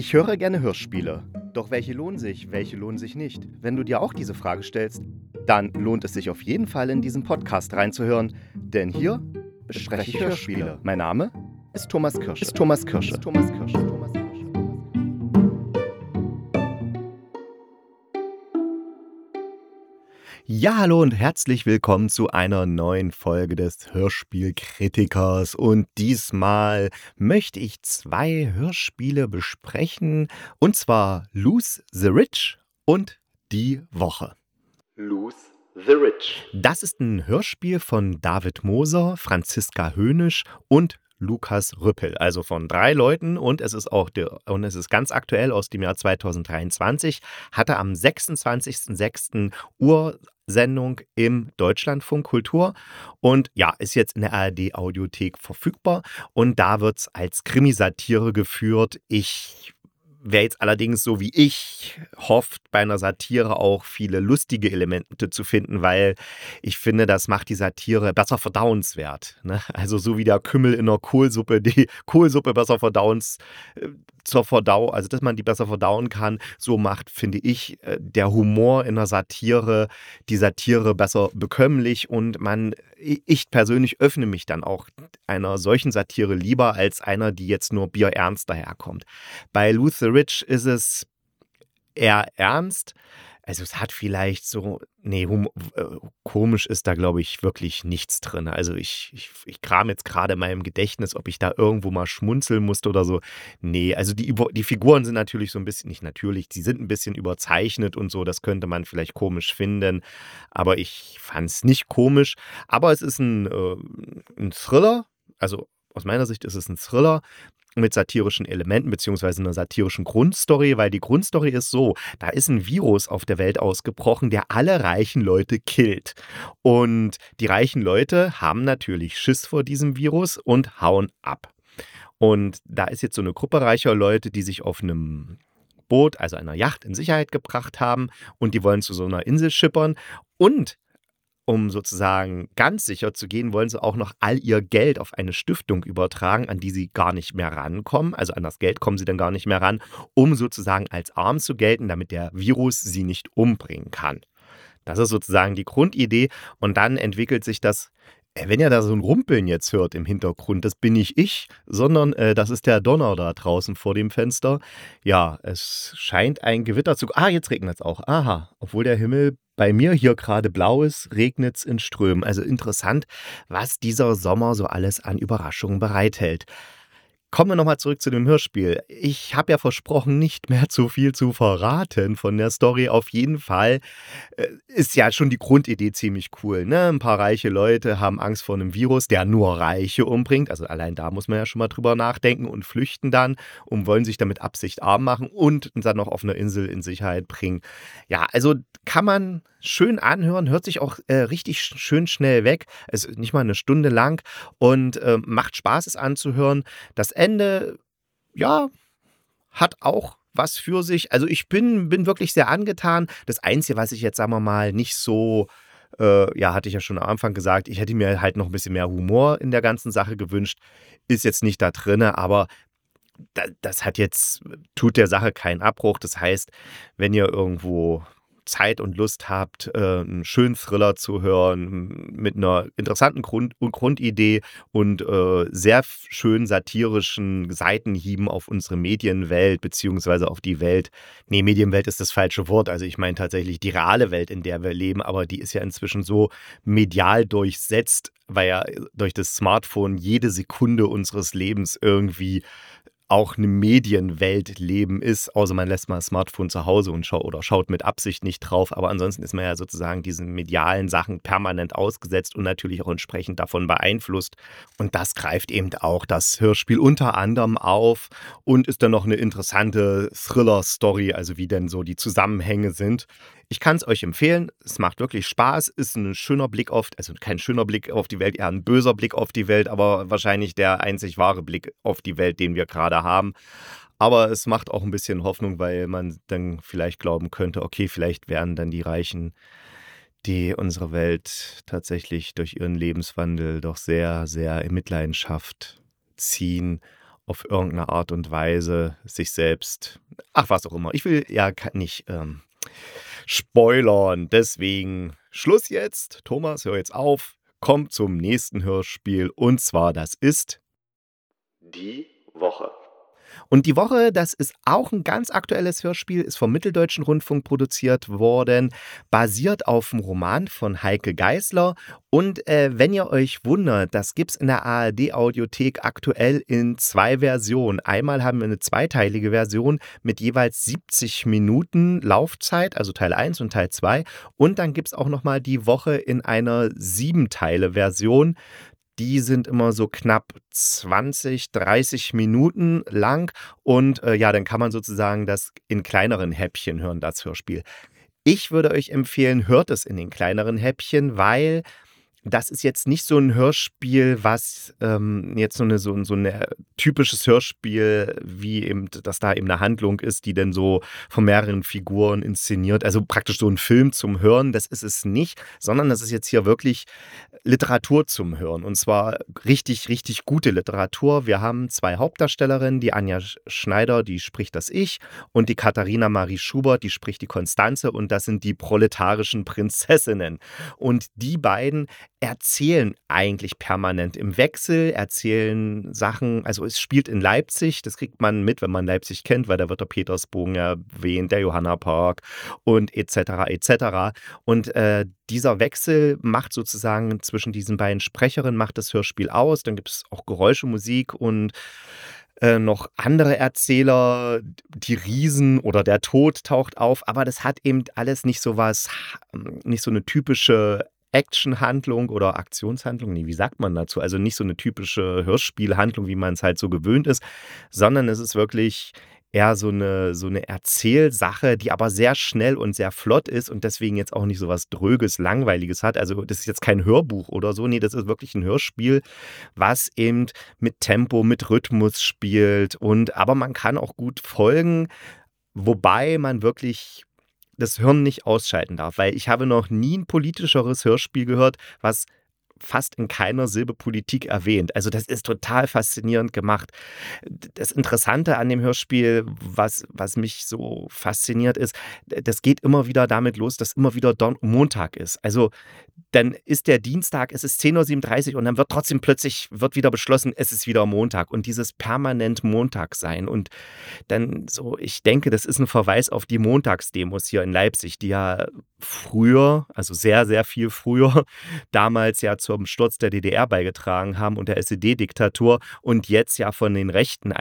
Ich höre gerne Hörspiele. Doch welche lohnen sich nicht? Wenn du dir auch diese Frage stellst, dann lohnt es sich auf jeden Fall in diesen Podcast reinzuhören, denn hier bespreche ich Hörspiele. Mein Name ist Thomas Kirsche. Ja, hallo und herzlich willkommen zu einer neuen Folge des Hörspielkritikers. Und diesmal möchte ich 2 Hörspiele besprechen, und zwar Lose the Rich und Die Woche. Lose the Rich. Das ist ein Hörspiel von David Moser, Franziska Höhnisch und Lukas Rüppel, also von 3 Leuten, und es ist ganz aktuell aus dem Jahr 2023, hatte am 26.06. Ursendung im Deutschlandfunk Kultur und ja, ist jetzt in der ARD Audiothek verfügbar und da wird es als Krimisatire geführt. Wer jetzt allerdings so wie ich hofft, bei einer Satire auch viele lustige Elemente zu finden, weil ich finde, das macht die Satire besser verdauenswert. Ne? Also so wie der Kümmel in der Kohlsuppe, die Kohlsuppe besser also dass man die besser verdauen kann, so macht, finde ich, der Humor in der Satire die Satire besser bekömmlich und ich persönlich öffne mich dann auch einer solchen Satire lieber als einer, die jetzt nur bierernst daherkommt. Bei Lose the Rich ist es eher ernst. Also es hat vielleicht so, komisch ist da, glaube ich, wirklich nichts drin. Also ich kram jetzt gerade in meinem Gedächtnis, ob ich da irgendwo mal schmunzeln musste oder so. Nee, also die Figuren sind natürlich so ein bisschen, nicht natürlich, die sind ein bisschen überzeichnet und so, das könnte man vielleicht komisch finden, aber ich fand es nicht komisch. Aber es ist ein Thriller, also aus meiner Sicht ist es ein Thriller, mit satirischen Elementen beziehungsweise einer satirischen Grundstory, weil die Grundstory ist so, da ist ein Virus auf der Welt ausgebrochen, der alle reichen Leute killt. Und die reichen Leute haben natürlich Schiss vor diesem Virus und hauen ab. Und da ist jetzt so eine Gruppe reicher Leute, die sich auf einem Boot, also einer Yacht, in Sicherheit gebracht haben und die wollen zu so einer Insel schippern und um sozusagen ganz sicher zu gehen, wollen sie auch noch all ihr Geld auf eine Stiftung übertragen, an die sie gar nicht mehr rankommen. Also an das Geld kommen sie dann gar nicht mehr ran, um sozusagen als arm zu gelten, damit der Virus sie nicht umbringen kann. Das ist sozusagen die Grundidee und dann entwickelt sich das. Wenn ihr da so ein Rumpeln jetzt hört im Hintergrund, das bin nicht ich, sondern das ist der Donner da draußen vor dem Fenster. Ja, es scheint ein Gewitter zu... jetzt regnet es auch. Aha, obwohl der Himmel bei mir hier gerade blau ist, regnet es in Strömen. Also interessant, was dieser Sommer so alles an Überraschungen bereithält. Kommen wir nochmal zurück zu dem Hörspiel. Ich habe ja versprochen, nicht mehr zu viel zu verraten von der Story. Auf jeden Fall ist ja schon die Grundidee ziemlich cool. Ne? Ein paar reiche Leute haben Angst vor einem Virus, der nur Reiche umbringt. Also allein da muss man ja schon mal drüber nachdenken und flüchten dann und wollen sich damit Absicht arm machen und dann noch auf einer Insel in Sicherheit bringen. Ja, also kann man schön anhören, hört sich auch richtig schön schnell weg. Es ist nicht mal eine Stunde lang und macht Spaß, es anzuhören. Das Ende, ja, hat auch was für sich. Also ich bin wirklich sehr angetan. Das Einzige, was ich jetzt, sagen wir mal, nicht so, hatte ich ja schon am Anfang gesagt, ich hätte mir halt noch ein bisschen mehr Humor in der ganzen Sache gewünscht. Ist jetzt nicht da drinne, aber das tut der Sache keinen Abbruch. Das heißt, wenn ihr irgendwo Zeit und Lust habt, einen schönen Thriller zu hören, mit einer interessanten Grundidee und sehr schön satirischen Seitenhieben auf unsere Medienwelt, beziehungsweise auf die Welt. Nee, Medienwelt ist das falsche Wort. Also ich meine tatsächlich die reale Welt, in der wir leben, aber die ist ja inzwischen so medial durchsetzt, weil ja durch das Smartphone jede Sekunde unseres Lebens irgendwie auch eine Medienwelt leben ist, außer man lässt mal das Smartphone zu Hause und schaut mit Absicht nicht drauf, aber ansonsten ist man ja sozusagen diesen medialen Sachen permanent ausgesetzt und natürlich auch entsprechend davon beeinflusst und das greift eben auch das Hörspiel unter anderem auf und ist dann noch eine interessante Thriller-Story, also wie denn so die Zusammenhänge sind. Ich kann es euch empfehlen, es macht wirklich Spaß, ist ein schöner Blick also kein schöner Blick auf die Welt, eher ein böser Blick auf die Welt, aber wahrscheinlich der einzig wahre Blick auf die Welt, den wir gerade haben. Aber es macht auch ein bisschen Hoffnung, weil man dann vielleicht glauben könnte, okay, vielleicht werden dann die Reichen, die unsere Welt tatsächlich durch ihren Lebenswandel doch sehr, sehr in Mitleidenschaft ziehen, auf irgendeine Art und Weise sich selbst, ach was auch immer. Ich will ja nicht spoilern, deswegen Schluss jetzt. Thomas, hör jetzt auf, komm zum nächsten Hörspiel und zwar das ist Die Woche. Und die Woche, das ist auch ein ganz aktuelles Hörspiel, ist vom Mitteldeutschen Rundfunk produziert worden, basiert auf dem Roman von Heike Geisler. Und wenn ihr euch wundert, das gibt's in der ARD-Audiothek aktuell in 2 Versionen. Einmal haben wir eine zweiteilige Version mit jeweils 70 Minuten Laufzeit, also Teil 1 und Teil 2. Und dann gibt's auch noch mal die Woche in einer 7-Teile-Version. Die sind immer so knapp 20, 30 Minuten lang und ja, dann kann man sozusagen das in kleineren Häppchen hören, das Hörspiel. Ich würde euch empfehlen, hört es in den kleineren Häppchen, weil das ist jetzt nicht so ein Hörspiel, was jetzt so eine typisches Hörspiel, wie eben, dass da eben eine Handlung ist, die dann so von mehreren Figuren inszeniert, also praktisch so ein Film zum Hören, das ist es nicht, sondern das ist jetzt hier wirklich Literatur zum Hören und zwar richtig, richtig gute Literatur. Wir haben 2 Hauptdarstellerinnen, die Anja Schneider, die spricht das Ich und die Katharina Marie Schubert, die spricht die Konstanze und das sind die proletarischen Prinzessinnen. Und die beiden erzählen eigentlich permanent im Wechsel, erzählen Sachen, also es spielt in Leipzig, das kriegt man mit, wenn man Leipzig kennt, weil da wird der Petersbogen erwähnt, der Johanna-Park und etc. etc. Und dieser Wechsel macht sozusagen zwischen diesen beiden Sprecherinnen, macht das Hörspiel aus, dann gibt es auch Geräusche, Musik und noch andere Erzähler, die Riesen oder der Tod taucht auf, aber das hat eben alles nicht so was, nicht so eine typische Actionhandlung oder Aktionshandlung, nee, wie sagt man dazu? Also nicht so eine typische Hörspielhandlung, wie man es halt so gewöhnt ist, sondern es ist wirklich eher so eine Erzählsache, die aber sehr schnell und sehr flott ist und deswegen jetzt auch nicht so was Dröges, Langweiliges hat. Also das ist jetzt kein Hörbuch oder so, nee, das ist wirklich ein Hörspiel, was eben mit Tempo, mit Rhythmus spielt und aber man kann auch gut folgen, wobei man wirklich das Hirn nicht ausschalten darf, weil ich habe noch nie ein politischeres Hörspiel gehört, was fast in keiner Silbe Politik erwähnt. Also das ist total faszinierend gemacht. Das Interessante an dem Hörspiel, was mich so fasziniert ist, das geht immer wieder damit los, dass immer wieder Montag ist. Also dann ist der Dienstag, es ist 10:37 Uhr und dann wird trotzdem plötzlich wird wieder beschlossen, es ist wieder Montag und dieses permanent Montag sein und dann so, ich denke, das ist ein Verweis auf die Montagsdemos hier in Leipzig, die ja früher, also sehr, sehr viel früher, damals ja zum Sturz der DDR beigetragen haben und der SED-Diktatur und jetzt ja von den Rechten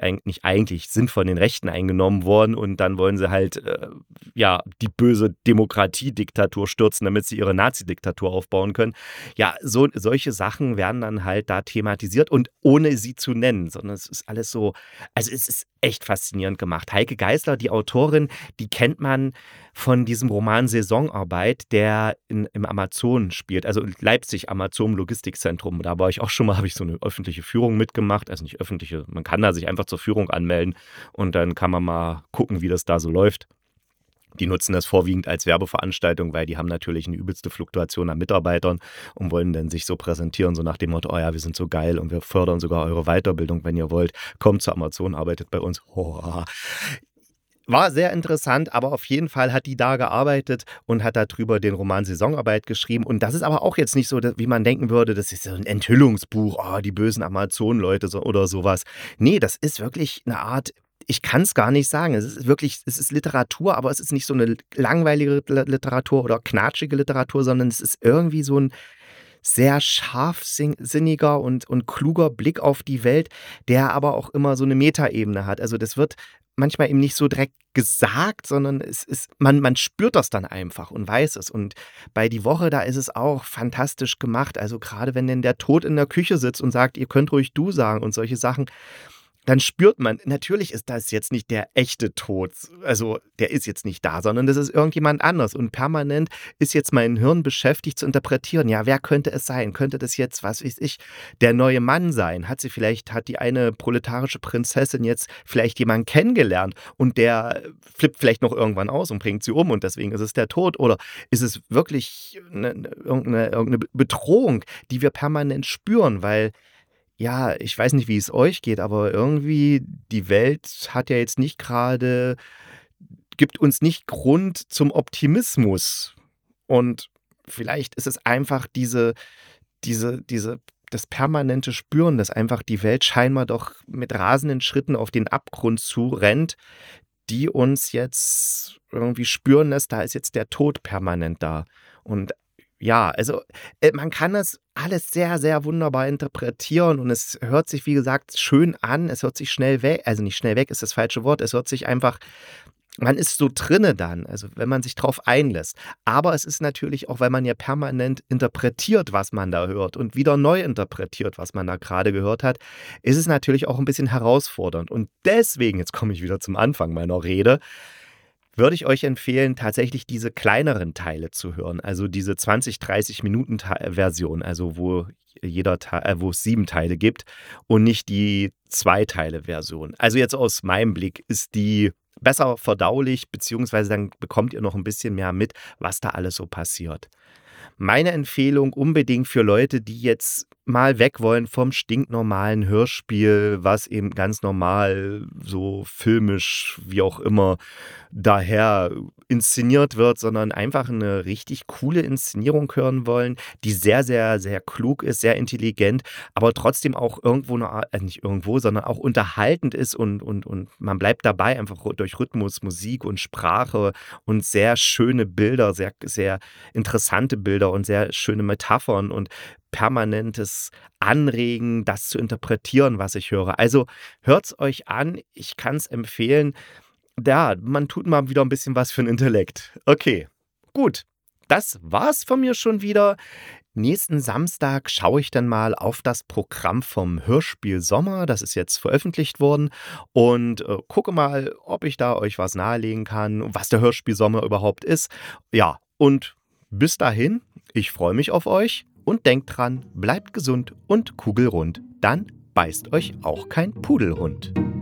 sind von den Rechten eingenommen worden und dann wollen sie halt ja die böse Demokratiediktatur stürzen, damit sie ihre Nazi-Diktatur aufbauen können. Ja, solche Sachen werden dann halt da thematisiert und ohne sie zu nennen, sondern es ist alles so, also es ist echt faszinierend gemacht. Heike Geisler, die Autorin, die kennt man von diesem Roman Saisonarbeit, der im Amazon spielt, also in Leipzig Amazon Logistikzentrum. Da war ich auch schon mal, habe ich so eine öffentliche Führung mitgemacht, also nicht öffentliche, man kann da sich einfach zur Führung anmelden und dann kann man mal gucken, wie das da so läuft. Die nutzen das vorwiegend als Werbeveranstaltung, weil die haben natürlich eine übelste Fluktuation an Mitarbeitern und wollen dann sich so präsentieren, so nach dem Motto, oh ja, wir sind so geil und wir fördern sogar eure Weiterbildung, wenn ihr wollt. Kommt zu Amazon, arbeitet bei uns. Oh. War sehr interessant, aber auf jeden Fall hat die da gearbeitet und hat darüber den Roman Saisonarbeit geschrieben. Und das ist aber auch jetzt nicht so, wie man denken würde, das ist so ein Enthüllungsbuch, oh, die bösen Amazon-Leute oder sowas. Nee, das ist wirklich eine Art, ich kann es gar nicht sagen. Es ist wirklich, es ist Literatur, aber es ist nicht so eine langweilige Literatur oder knatschige Literatur, sondern es ist irgendwie so ein sehr scharfsinniger und kluger Blick auf die Welt, der aber auch immer so eine Metaebene hat. Also das wird manchmal eben nicht so direkt gesagt, sondern es ist, man spürt das dann einfach und weiß es. Und bei Die Woche, da ist es auch fantastisch gemacht. Also gerade wenn denn der Tod in der Küche sitzt und sagt, ihr könnt ruhig du sagen und solche Sachen, dann spürt man, natürlich ist das jetzt nicht der echte Tod, also der ist jetzt nicht da, sondern das ist irgendjemand anders und permanent ist jetzt mein Hirn beschäftigt zu interpretieren, ja, wer könnte es sein? Könnte das jetzt, was weiß ich, der neue Mann sein? Hat die eine proletarische Prinzessin jetzt vielleicht jemanden kennengelernt und der flippt vielleicht noch irgendwann aus und bringt sie um und deswegen ist es der Tod oder ist es wirklich irgendeine Bedrohung, die wir permanent spüren, weil ja, ich weiß nicht, wie es euch geht, aber irgendwie die Welt hat ja jetzt nicht gerade gibt uns nicht Grund zum Optimismus. Und vielleicht ist es einfach diese das permanente Spüren, dass einfach die Welt scheinbar doch mit rasenden Schritten auf den Abgrund zu rennt, die uns jetzt irgendwie spüren lässt, da ist jetzt der Tod permanent da. Und ja, also, man kann das alles sehr, sehr wunderbar interpretieren und es hört sich, wie gesagt, schön an. Es hört sich schnell weg, also nicht schnell weg ist das falsche Wort. Es hört sich einfach, man ist so drinne dann, also wenn man sich drauf einlässt. Aber es ist natürlich auch, weil man ja permanent interpretiert, was man da hört und wieder neu interpretiert, was man da gerade gehört hat, ist es natürlich auch ein bisschen herausfordernd. Und deswegen, jetzt komme ich wieder zum Anfang meiner Rede, würde ich euch empfehlen, tatsächlich diese kleineren Teile zu hören. Also diese 20, 30 Minuten Version, also wo wo es 7 Teile gibt und nicht die Zwei-Teile-Version. Also jetzt aus meinem Blick ist die besser verdaulich, beziehungsweise dann bekommt ihr noch ein bisschen mehr mit, was da alles so passiert. Meine Empfehlung unbedingt für Leute, die jetzt mal weg wollen vom stinknormalen Hörspiel, was eben ganz normal so filmisch, wie auch immer, daher inszeniert wird, sondern einfach eine richtig coole Inszenierung hören wollen, die sehr, sehr, sehr klug ist, sehr intelligent, aber trotzdem auch irgendwo nicht irgendwo, sondern auch unterhaltend ist und man bleibt dabei einfach durch Rhythmus, Musik und Sprache und sehr schöne Bilder, sehr, sehr interessante Bilder und sehr schöne Metaphern und permanentes Anregen, das zu interpretieren, was ich höre. Also hört's euch an, ich kann es empfehlen. Ja, man tut mal wieder ein bisschen was für 'n Intellekt. Okay, gut. Das war's von mir schon wieder. Nächsten Samstag schaue ich dann mal auf das Programm vom Hörspiel Sommer. Das ist jetzt veröffentlicht worden und, gucke mal, ob ich da euch was nahelegen kann, was der Hörspiel Sommer überhaupt ist. Ja, und bis dahin, ich freue mich auf euch und denkt dran, bleibt gesund und kugelrund. Dann beißt euch auch kein Pudelhund.